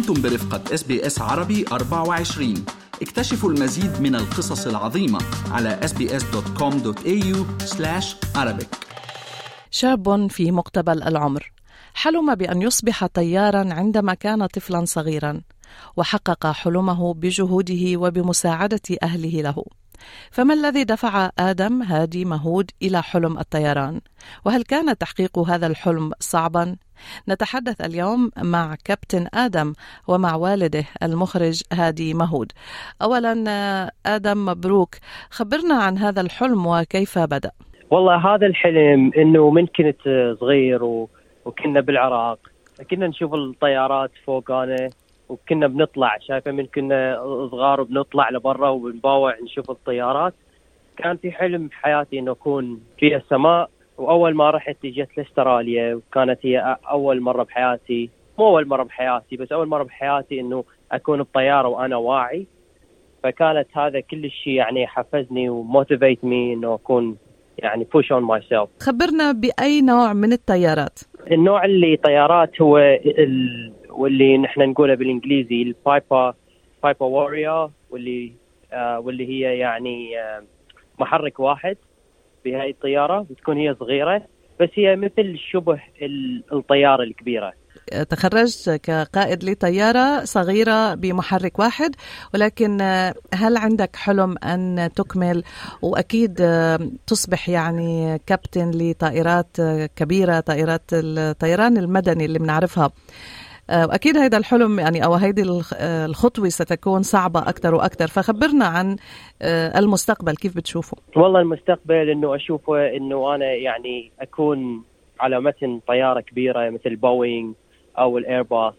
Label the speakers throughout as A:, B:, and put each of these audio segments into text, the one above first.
A: أنتم برفقة SBS عربي 24. اكتشفوا المزيد من القصص العظيمة على sbs.com.au/Arabic.
B: شاب في مقتبل العمر حلم بأن يصبح طياراً عندما كان طفلاً صغيراً، وحقق حلمه بجهوده وبمساعدة أهله له. فما الذي دفع آدم هادي مهود إلى حلم الطيران؟ وهل كان تحقيق هذا الحلم صعباً؟ نتحدث اليوم مع كابتن آدم ومع والده المخرج هادي مهود. أولاً آدم، مبروك، خبرنا عن هذا الحلم وكيف بدأ.
C: والله هذا الحلم إنه من كنت صغير وكنا بالعراق كنا نشوف الطيارات فوقنا، وكنا بنطلع شايفة من كنا صغار وبنطلع لبرا وبنباوع نشوف الطيارات. كان في حلم بحياتي إنه أكون في السماء، وأول ما رحت جيت لاستراليا، وكانت هي أول مرة بحياتي، مو أول مرة بحياتي بس أول مرة بحياتي إنه أكون بطيارة وأنا واعي. فكانت هذا كل شيء يعني حفزني وموتيفيت مي إنه أكون يعني push on myself.
B: خبرنا بأي نوع من الطيارات؟
C: النوع اللي طيارات هو واللي نحن نقوله بالإنجليزي البايبر واريور، واللي هي يعني محرك واحد بهاي الطيارة، بتكون هي صغيرة بس هي مثل شبه الطيارة الكبيرة.
B: تخرجت كقائد لطيارة صغيرة بمحرك واحد، ولكن هل عندك حلم أن تكمل وأكيد تصبح يعني كابتن لطائرات كبيرة، طائرات الطيران المدني اللي بنعرفها؟ وأكيد هذا الحلم يعني أو هذه الخطوة ستكون صعبة أكثر وأكثر، فخبرنا عن المستقبل كيف بتشوفه؟
C: والله المستقبل إنه أشوفه إنه أنا يعني أكون على متن طيارة كبيرة مثل بوينغ أو الإيرباص.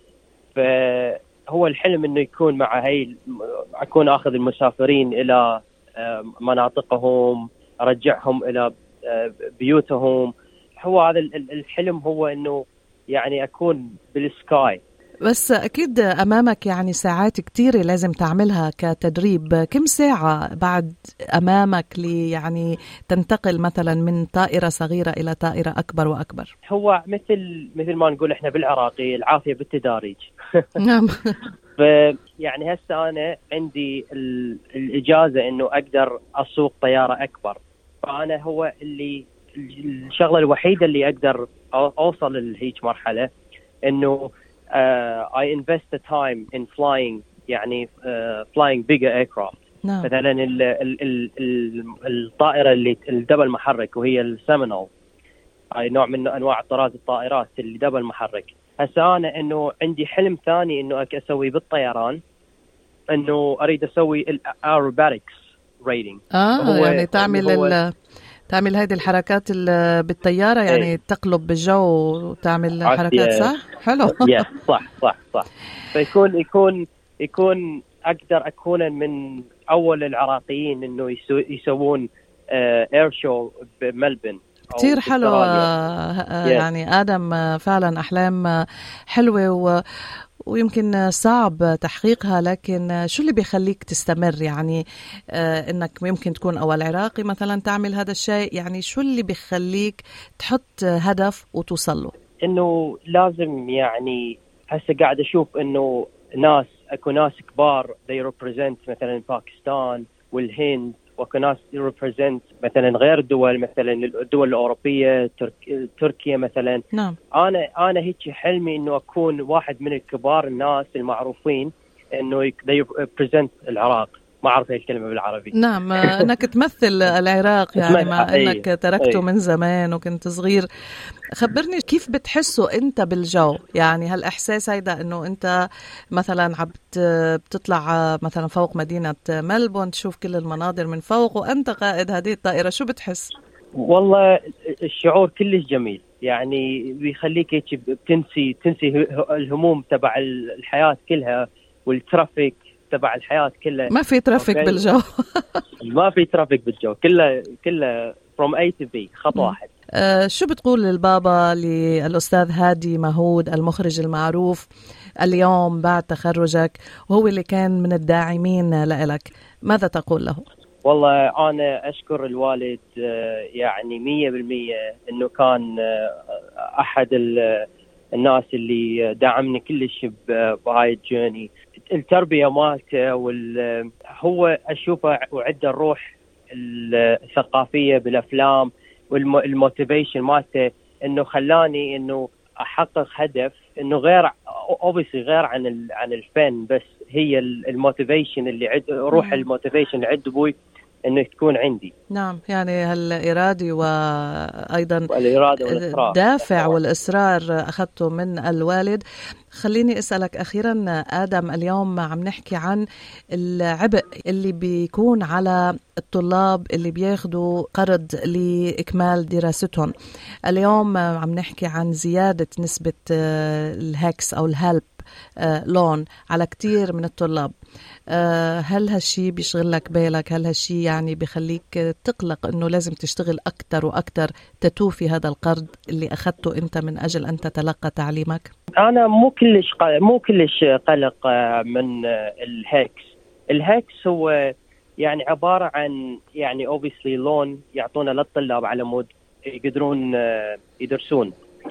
C: فهو الحلم إنه يكون مع أكون أخذ المسافرين إلى مناطقهم، أرجعهم إلى بيوتهم. هو هذا الحلم، هو إنه يعني أكون بالسكاي.
B: بس أكيد أمامك يعني ساعات كتيرة لازم تعملها كتدريب. كم ساعة بعد أمامك يعني تنتقل مثلا من طائرة صغيرة إلى طائرة أكبر وأكبر؟
C: هو مثل ما نقول إحنا بالعراقي العافية بالتدارج.
B: نعم.
C: يعني هسه أنا عندي الإجازة إنه أقدر أسوق طيارة أكبر، فأنا هو الشغلة الوحيدة اللي أقدر أوصل لهيج مرحلة إنه I invest the time in flying، يعني flying bigger aircraft.
B: نعم.
C: مثلا الطائرة اللي الدبل محرك وهي السيمينال، هاي نوع من أنواع طراز الطائرات اللي دبل محرك. هسه أنا إنه عندي حلم ثاني إنه أسوي بالطيران، إنه أريد أسوي الأيروباتكس ريدنج.
B: يعني تعمل هذه الحركات بالطيارة، يعني تقلب بالجو وتعمل حركات، صح؟ حلو.
C: صح. فيكون أقدر أكون من أول العراقيين إنه يسوون اير شو بملبن.
B: كتير حلو. يعني آدم، فعلا أحلام حلوة ويمكن صعب تحقيقها، لكن شو اللي بيخليك تستمر؟ يعني إنك يمكن تكون أول عراقي مثلا تعمل هذا الشيء، يعني شو اللي بيخليك تحط هدف وتوصل له؟
C: إنه لازم، يعني هسه قاعد أشوف إنه أكو ناس كبار they represent مثلا باكستان والهند، وأكو ناس represent مثلا غير الدول، مثلا الدول الأوروبية، تركيا مثلا.
B: نعم.
C: أنا هيك حلمي إنه أكون واحد من الكبار الناس المعروفين إنه they represent العراق. ما أعرف هاي الكلمة بالعربي.
B: نعم. أنك تمثل العراق يعني مع أنك تركته من زمان وكنت صغير. خبرني كيف بتحسه أنت بالجو؟ يعني هالإحساس هيدا أنه أنت مثلا بتطلع مثلا فوق مدينة ملبون تشوف كل المناظر من فوق وأنت قائد هذه الطائرة، شو بتحس؟
C: والله الشعور كلش جميل، يعني بيخليك هيك تنسي الهموم تبع الحياة كلها والترافيك تبع الحياة كلها.
B: ما في ترافيك بالجو.
C: ما في ترافيك بالجو، كله from A to B، خط واحد.
B: شو بتقول للبابا للأستاذ هادي مهود المخرج المعروف اليوم بعد تخرجك، وهو اللي كان من الداعمين لك؟ ماذا تقول له؟
C: والله أنا أشكر الوالد يعني 100% إنه كان أحد الناس اللي دعمني كلش بهاي الجيرني. التربية مالته هو أشوفه وعنده الروح الثقافية بالأفلام والموتيفيشن مالته، إنه خلاني إنه أحقق هدف إنه غير غير عن الفن بس. هي الموتيفيشن اللي روح الموتيفيشن اللي عند أبوي إنه تكون عندي.
B: نعم، يعني هالإرادة وأيضا
C: الإرادة والإصرار،
B: الدافع والإصرار أخذته من الوالد. خليني أسألك أخيرا آدم، اليوم عم نحكي عن العبء اللي بيكون على الطلاب اللي بياخدوا قرض لإكمال دراستهم. اليوم عم نحكي عن زيادة نسبة الهكس أو الهلب لون على كتير من الطلاب. هل هالشي بيشغل لك بالك؟ هل هالشي يعني بيخليك تقلق انه لازم تشتغل اكتر واكتر تتوفي هذا القرض اللي اخذته انت من اجل ان تتلقى تعليمك؟
C: انا مو كلش قلق من الهكس هو يعني عبارة عن يعني obviously لون يعطونا للطلاب على مود يقدرون يدرسون.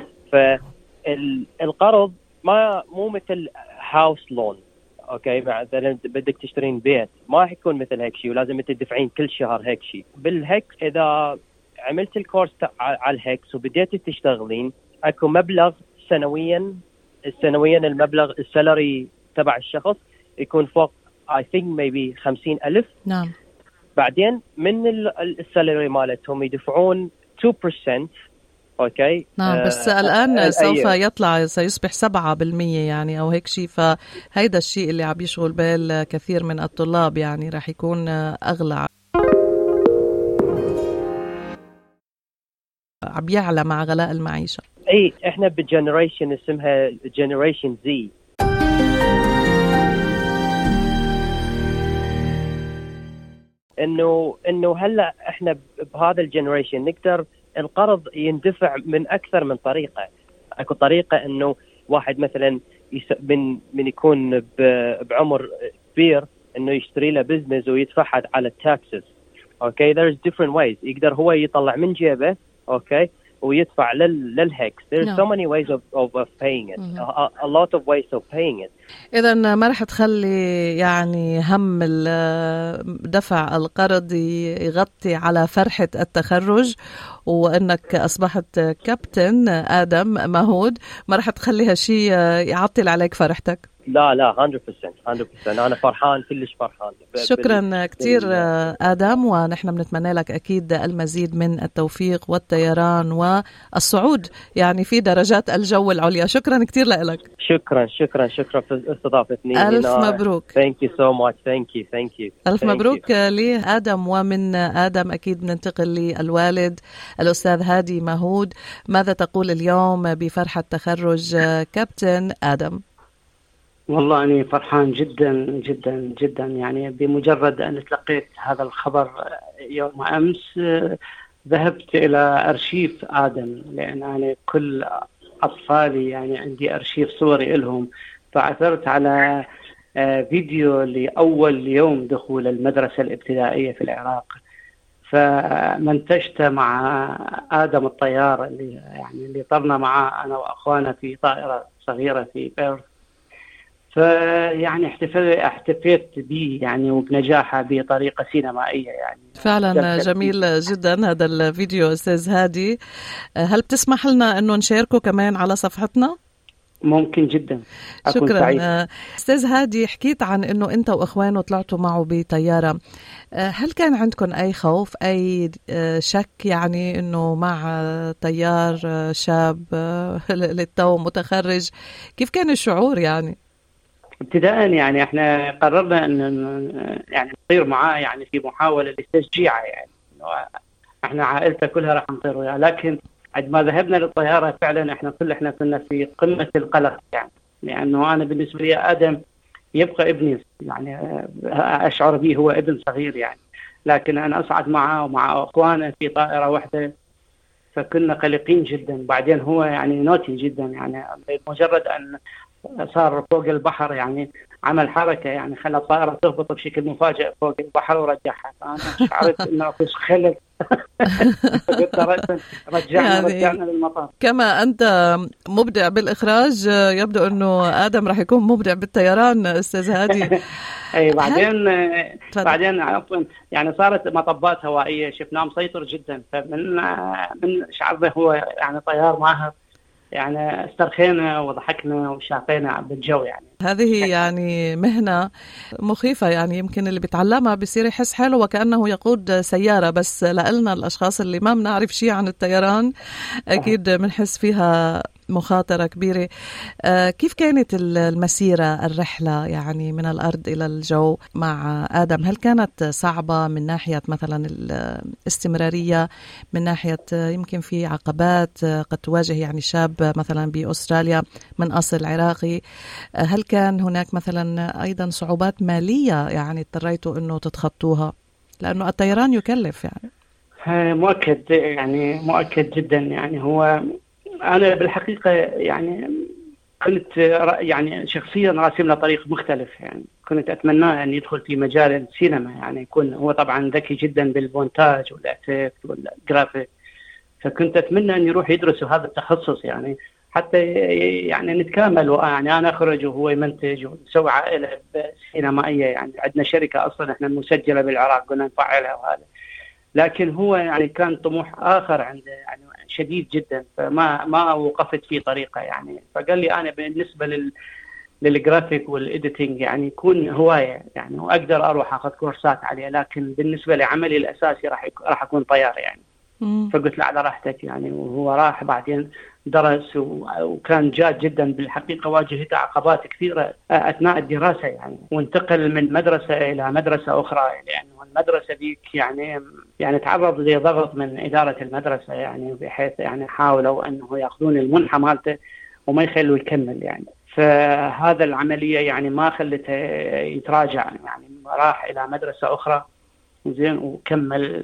C: فالقرض مو مثل هاوس لون. اوكي، مثلا بدك تشترين بيت ما راح يكون مثل هيك شيء ولازم تدفعين كل شهر هيك شيء. بالهكس اذا عملت الكورس على الهكس وبديتي تشتغلين اكو مبلغ سنويا المبلغ السالري تبع الشخص يكون فوق I think maybe 50,000.
B: نعم.
C: بعدين من السالري مالتهم يدفعون 2%. اوكي.
B: نعم، بس الآن سوف يطلع سيصبح 7% يعني أو هيك شيء، فهيدا الشيء اللي عم يشغل بال كثير من الطلاب، يعني راح يكون أغلى، عم يعلى مع غلاء المعيشة.
C: اي احنا بالجنريشن اسمها جنريشن زي. انه هلا احنا بهذا الجنريشن نقدر القرض يندفع من أكثر من طريقة. أكو طريقة إنه واحد مثلا من يكون بعمر كبير إنه يشتري له بزنس ويدفعها على التاكسز. أوكي، there's different ways. يقدر هو يطلع من جيبه أوكي ويدفع للهكس. There's so many ways of paying it. A lot of ways of paying it.
B: إذا ما رح تخلي يعني هم دفع القرض يغطي على فرحة التخرج وأنك أصبحت كابتن آدم مهود، ما رح تخلي هالشي يعطل عليك فرحتك؟
C: لا 100% أنا فرحان، كلش فرحان.
B: شكرا كتير آدم، ونحن بنتمنى لك أكيد المزيد من التوفيق والطيران والصعود يعني في درجات الجو العليا. شكرا كتير لك.
C: شكرا في استضافتني.
B: ألف مبروك.
C: Thank you so much. Thank you.
B: ألف مبروك لآدم. ومن آدم أكيد بننتقل للوالد الأستاذ هادي مهود. ماذا تقول اليوم بفرحة تخرج كابتن آدم؟
D: والله أنا فرحان جدا جدا جدا، يعني بمجرد أن تلقيت هذا الخبر يوم أمس ذهبت إلى أرشيف آدم، لأن أنا كل أطفالي يعني عندي أرشيف صوري إلهم، فعثرت على فيديو لأول يوم دخول المدرسة الابتدائية في العراق، فمنتجت مع آدم الطيار اللي طرنا معه أنا وأخوانا في طائرة صغيرة في بيرث. فيعني احتفيت به يعني وبنجاحه بطريقة سينمائية يعني.
B: فعلا جميل جدا هذا الفيديو أستاذ هادي. هل بتسمح لنا أنه نشاركه كمان على صفحتنا؟
D: ممكن جدا.
B: شكرا أستاذ هادي. حكيت عن أنه أنت وإخوانه طلعتوا معه بطيارة، هل كان عندكم أي خوف أي شك يعني أنه مع طيار شاب للتو متخرج؟ كيف كان الشعور يعني؟
D: ابتداء يعني احنا قررنا ان يعني نطير معاه يعني في محاولة لتشجيعه، يعني احنا عائلته كلها راح نطير وياه، لكن عندما ذهبنا للطيارة فعلا احنا كنا في قمة القلق يعني، لانه انا بالنسبة لي آدم يبقى ابني، يعني اشعر به هو ابن صغير يعني، لكن انا اصعد معه ومع اخوانه في طائرة واحدة فكنا قلقين جدا. بعدين هو يعني نوتي جدا، يعني مجرد ان صار فوق البحر، يعني عمل حركة، يعني خلى الطائرة تهبط بشكل مفاجئ فوق البحر ورجعها. فأنا شعرت إنه أكو خلل. رجعنا للمطار.
B: كما أنت مبدع بالإخراج، يبدو أنه آدم راح يكون مبدع بالطيران أستاذ هادي.
D: أي بعدين عفوا يعني صارت مطبات هوائية شفناه مسيطر جدا، فمن شعرنا هو يعني طيار ماهر، يعني استرخينا وضحكنا وشافينا بالجو. يعني
B: هذه يعني مهنة مخيفة، يعني يمكن اللي بيتعلمها بيصير يحس حاله وكأنه يقود سيارة، بس لنا الأشخاص اللي ما بنعرف شيء عن الطيران أكيد بنحس فيها مخاطرة كبيرة. كيف كانت المسيرة، الرحلة يعني من الأرض إلى الجو مع آدم؟ هل كانت صعبة من ناحية مثلا الاستمرارية، من ناحية يمكن في عقبات قد تواجه يعني شاب مثلا بأستراليا من أصل عراقي؟ هل كان هناك مثلا أيضا صعوبات مالية يعني اضطريتوا أنه تتخطوها، لأنه الطيران يكلف؟ يعني
D: مؤكد جدا. يعني هو أنا بالحقيقة يعني كنت يعني شخصيا راسم له طريق مختلف، يعني كنت أتمنى أن يدخل في مجال السينما، يعني يكون هو طبعا ذكي جدا بالمونتاج والإفكت والجرافيك، فكنت أتمنى أن يروح يدرس هذا التخصص، يعني حتى يعني نتكامل، يعني أنا أخرج وهو يمنتج ونسوي عائلة سينمائية. يعني عندنا شركة أصلا إحنا مسجلة بالعراق قلنا نفعلها وهذا، لكن هو يعني كان طموح آخر عنده يعني شديد جدا، فما وقفت في طريقه. يعني فقال لي أنا بالنسبة للجرافيك والإديتينج يعني يكون هواية، يعني وأقدر أروح أخذ كورسات عليه، لكن بالنسبة لعملي الأساسي راح أكون طيار يعني. فقلت له على راحتك يعني. وهو راح بعدين درس وكان جاد جدا. بالحقيقة واجهته عقبات كثيرة أثناء الدراسة يعني، وانتقل من مدرسة إلى مدرسة أخرى، يعني المدرسة ديك يعني تعرض لضغط من إدارة المدرسة، يعني بحيث يعني حاولوا أنه يأخذون المنحة مالته وما يخلوا يكمل يعني. فهذا العملية يعني ما خلته يتراجع، يعني راح إلى مدرسة أخرى زين وكمل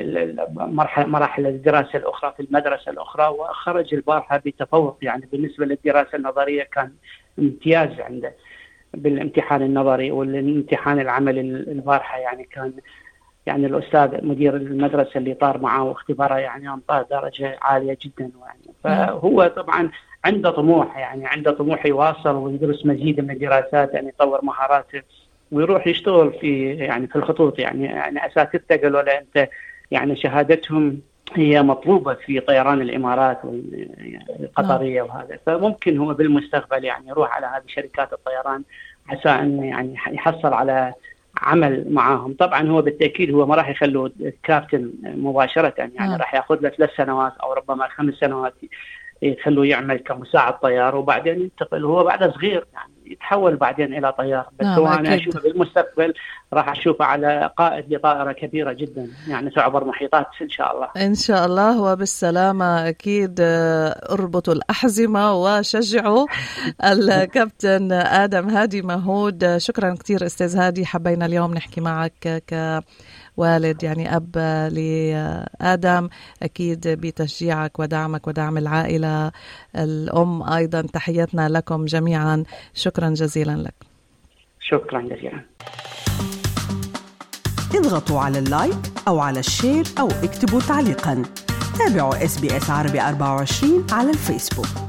D: مراحل الدراسة الأخرى في المدرسة الأخرى، وخرج البارحة بتفوق. يعني بالنسبة للدراسة النظرية كان امتياز عنده بالامتحان النظري، والامتحان العملي البارحة يعني كان يعني الأستاذ مدير المدرسة اللي طار معه واختباره يعني أنطاه درجة عالية جدا. يعني فهو طبعا عنده طموح، يعني عنده طموح يواصل ويدرس مزيد من الدراسات، يعني يطور مهاراته ويروح يشتغل في الخطوط. يعني أساتذته قالوا له أنت يعني شهادتهم هي مطلوبة في طيران الإمارات والقطرية وهذا، فممكن هو بالمستقبل يعني يروح على هذه شركات الطيران عسى أن يعني يحصل على عمل معاهم. طبعا هو بالتأكيد هو ما راح يخلوه كابتن مباشرة، يعني راح يأخذ له 3 سنوات أو ربما 5 سنوات يخلوه يعمل كمساعد طيار، وبعدين ينتقل. هو بعد صغير يعني يتحول بعدين إلى طيار، بس هو أنا أشوفه بالمستقبل راح أشوفه على قائد لطائرة كبيرة جدا يعني تعبر محيطات إن شاء الله.
B: إن شاء الله وبالسلامة أكيد. اربطوا الأحزمة وشجعوا الكابتن آدم هادي مهود. شكرا كتير أستاذ هادي، حبينا اليوم نحكي معك كوالد يعني أب لآدم، أكيد بتشجيعك ودعمك ودعم العائلة الأم أيضا. تحياتنا لكم جميعا، شكرا جزيلا لك.
D: شكرا جزيلا.
E: اضغطوا على اللايك أو على الشير أو اكتبوا تعليقا. تابعوا SBS عربي 24 على الفيسبوك.